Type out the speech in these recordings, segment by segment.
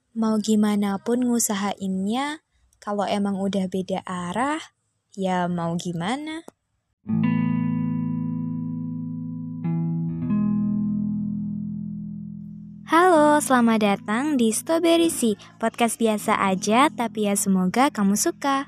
Mau gimana pun ngusahainnya, kalau emang udah beda arah, ya mau gimana? Halo, selamat datang di Strawberry Sea, podcast biasa aja, tapi ya semoga kamu suka.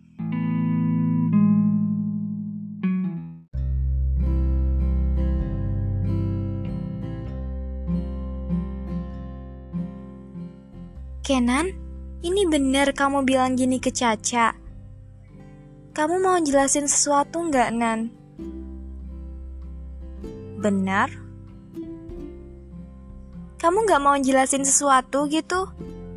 Kenan, ini bener kamu bilang gini ke Caca? Kamu mau jelasin sesuatu nggak, Nan? Benar? Kamu nggak mau jelasin sesuatu gitu?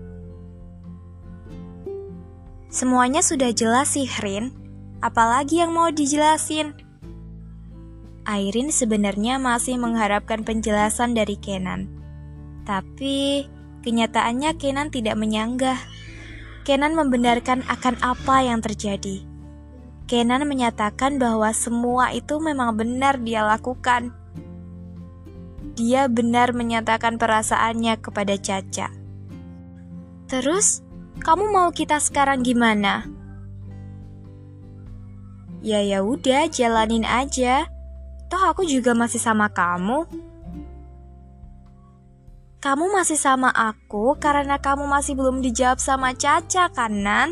Semuanya sudah jelas sih, Rin. Apalagi yang mau dijelasin? Airin sebenarnya masih mengharapkan penjelasan dari Kenan. Tapi kenyataannya Kenan tidak menyanggah. Kenan membenarkan akan apa yang terjadi. Kenan menyatakan bahwa semua itu memang benar dia lakukan. Dia benar menyatakan perasaannya kepada Caca. Terus, kamu mau kita sekarang gimana? Ya udah, jalanin aja. Toh aku juga masih sama kamu. Kamu masih sama aku karena kamu masih belum dijawab sama Caca, kan, Nan?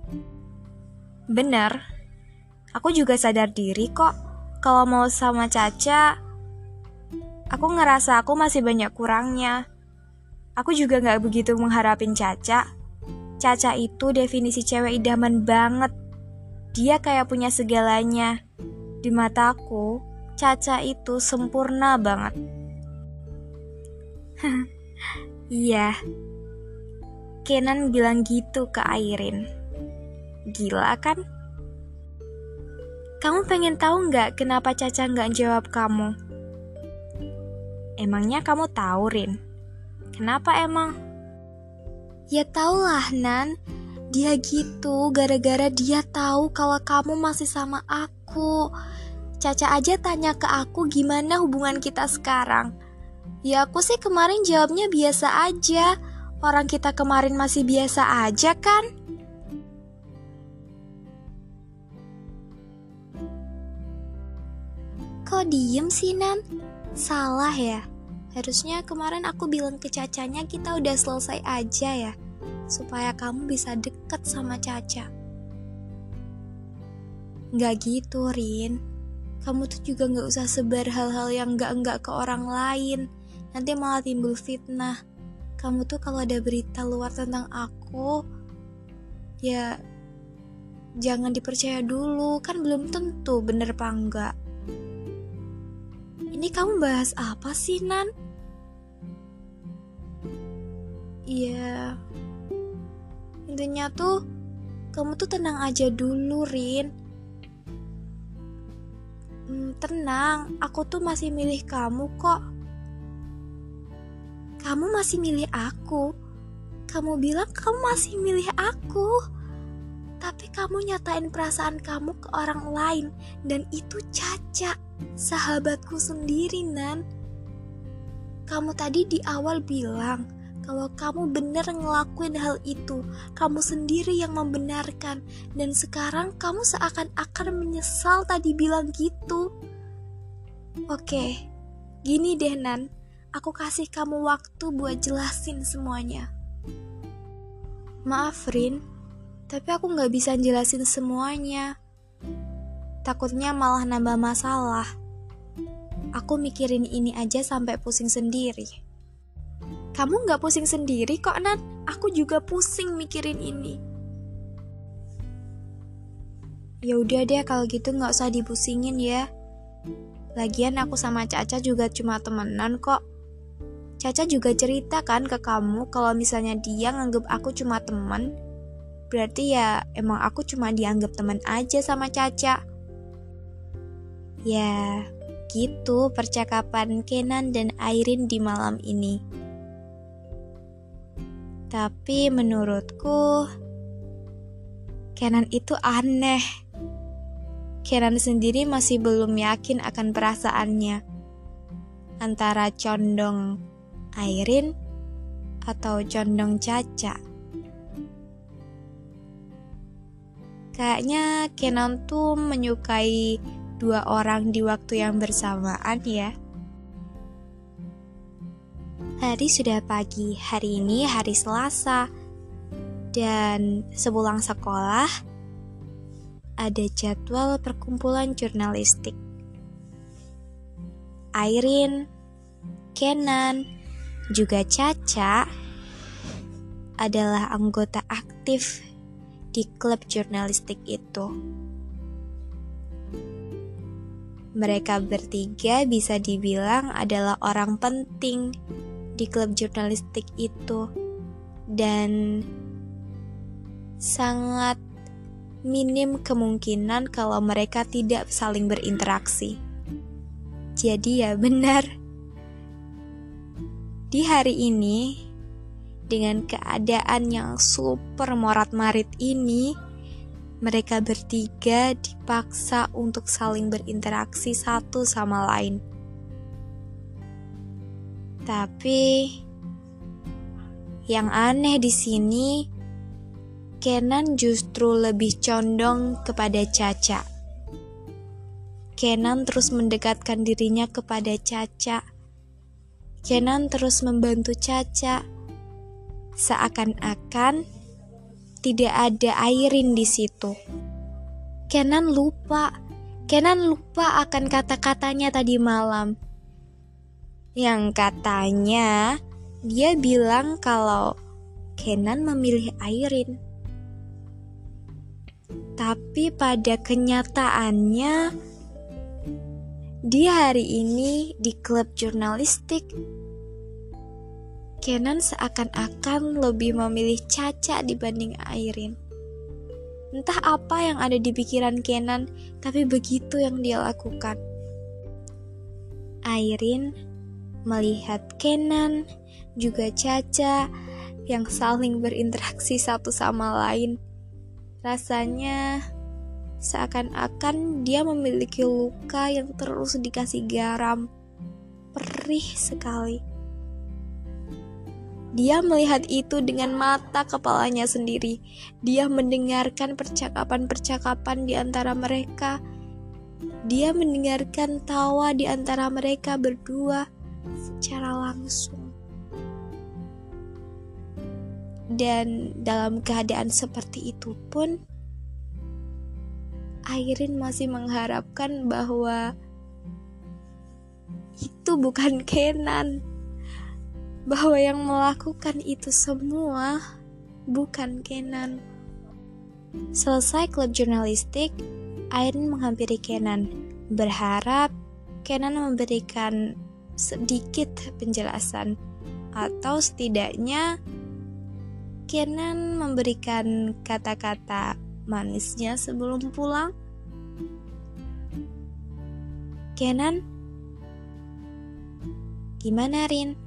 Bener. Aku juga sadar diri kok. Kalau mau sama Caca, aku ngerasa aku masih banyak kurangnya. Aku juga gak begitu mengharapin Caca. Caca itu definisi cewek idaman banget. Dia kayak punya segalanya. Di mataku, Caca itu sempurna banget. Iya, Kenan bilang gitu ke Airin. Gila kan? Kamu pengen tahu nggak kenapa Caca nggak jawab kamu? Emangnya kamu tahu, Rin? Kenapa emang? Ya taulah, Nan. Dia gitu gara-gara dia tahu kalau kamu masih sama aku. Caca aja tanya ke aku gimana hubungan kita sekarang. Ya aku sih kemarin jawabnya biasa aja. Orang kita kemarin masih biasa aja kan? Kok diem sih, Nan? Salah ya? Harusnya kemarin aku bilang ke Cacanya kita udah selesai aja ya, supaya kamu bisa deket sama Caca. Nggak gitu, Rin. Kamu tuh juga nggak usah sebar hal-hal yang nggak ke orang lain. Nanti malah timbul fitnah. Kamu tuh kalau ada berita luar tentang aku, ya jangan dipercaya dulu, kan belum tentu bener apa enggak. Ini kamu bahas apa sih, Nan? Iya, intinya tuh kamu tuh tenang aja dulu, Rin. Tenang, aku tuh masih milih kamu kok. Kamu masih milih aku. Kamu bilang kamu masih milih aku. Tapi kamu nyatain perasaan kamu ke orang lain. Dan itu Caca, sahabatku sendiri, Nan. Kamu tadi di awal bilang kalau kamu bener ngelakuin hal itu, kamu sendiri yang membenarkan. Dan sekarang kamu seakan-akan menyesal tadi bilang gitu. Oke, gini deh, Nan. Aku kasih kamu waktu buat jelasin semuanya. Maaf, Rin, tapi aku gak bisa jelasin semuanya. Takutnya malah nambah masalah. Aku mikirin ini aja sampai pusing sendiri. Kamu gak pusing sendiri kok, Nan. Aku juga pusing mikirin ini. Ya udah deh, kalau gitu gak usah dipusingin ya. Lagian aku sama Caca juga cuma temenan kok. Caca juga cerita kan ke kamu kalau misalnya dia nganggep aku cuma temen, berarti ya emang aku cuma dianggap teman aja sama Caca. Ya, gitu percakapan Kenan dan Airin di malam ini. Tapi menurutku, Kenan itu aneh. Kenan sendiri masih belum yakin akan perasaannya. Antara condong Airin atau condong Caca? Kayaknya Kenan tuh menyukai dua orang di waktu yang bersamaan ya. Hari sudah pagi, hari ini hari Selasa. Dan sepulang sekolah, ada jadwal perkumpulan jurnalistik. Airin, Kenan, juga Caca adalah anggota aktif di klub jurnalistik itu. Mereka bertiga bisa dibilang adalah orang penting di klub jurnalistik itu, dan sangat minim kemungkinan kalau mereka tidak saling berinteraksi. Jadi ya benar, di hari ini dengan keadaan yang super morat-marit ini, mereka bertiga dipaksa untuk saling berinteraksi satu sama lain. Tapi yang aneh di sini, Kenan justru lebih condong kepada Caca. Kenan terus mendekatkan dirinya kepada Caca. Kenan terus membantu Caca. Seakan-akan tidak ada Airin di situ. Kenan lupa akan kata-katanya tadi malam. Yang katanya dia bilang kalau Kenan memilih Airin. Tapi pada kenyataannya di hari ini di klub jurnalistik, Kenan seakan-akan lebih memilih Caca dibanding Airin. Entah apa yang ada di pikiran Kenan, tapi begitu yang dia lakukan. Airin melihat Kenan, juga Caca yang saling berinteraksi satu sama lain. Rasanya seakan-akan dia memiliki luka yang terus dikasih garam. Perih sekali. Dia melihat itu dengan mata kepalanya sendiri. Dia mendengarkan percakapan-percakapan di antara mereka. Dia mendengarkan tawa di antara mereka berdua secara langsung. Dan dalam keadaan seperti itu pun, Airin masih mengharapkan bahwa itu bukan Kenan. Bahwa yang melakukan itu semua bukan Kenan. Selesai klub jurnalistik, Airin menghampiri Kenan, berharap Kenan memberikan sedikit penjelasan, atau setidaknya Kenan memberikan kata-kata manisnya sebelum pulang. Kenan, gimana Rin?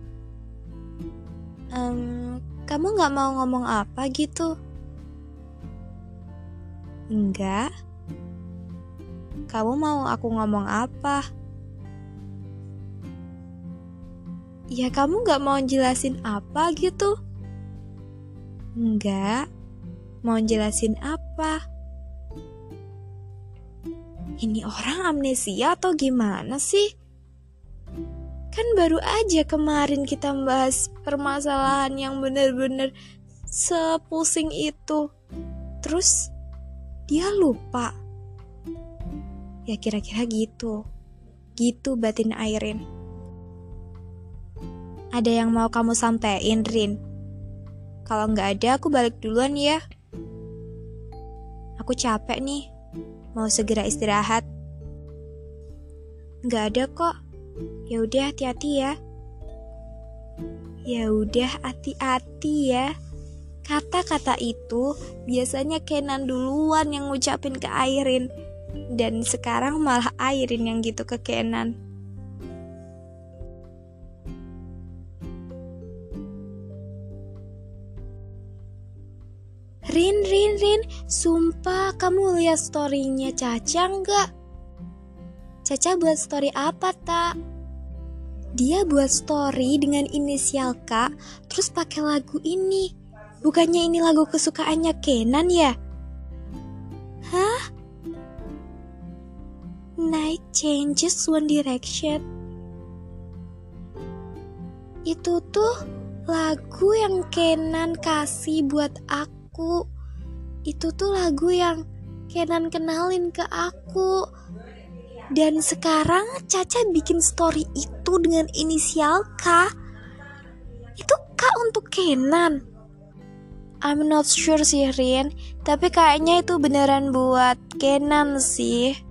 Kamu gak mau ngomong apa gitu? Enggak. Kamu mau aku ngomong apa? Ya kamu gak mau jelasin apa gitu? Enggak. Mau jelasin apa? Ini orang amnesia atau gimana sih? Kan baru aja kemarin kita membahas permasalahan yang benar-benar sepusing itu. Terus dia lupa. Ya kira-kira gitu. Gitu batin Airin. Ada yang mau kamu sampein, Rin? Kalau nggak ada, aku balik duluan ya. Aku capek nih. Mau segera istirahat. Nggak ada kok. Ya udah hati-hati ya. Ya udah hati-hati ya. Kata-kata itu biasanya Kenan duluan yang ngucapin ke Airin, dan sekarang malah Airin yang gitu ke Kenan. Rin, sumpah kamu lihat story-nya Caca nggak? Caca buat story apa, Tak? Dia buat story dengan inisial K, terus pakai lagu ini. Bukannya ini lagu kesukaannya Kenan ya? Hah? Night Changes One Direction. Itu tuh lagu yang Kenan kasih buat aku. Itu tuh lagu yang Kenan kenalin ke aku. Dan sekarang Caca bikin story itu dengan inisial K. Itu K untuk Kenan. I'm not sure sih Rin, tapi kayaknya itu beneran buat Kenan sih.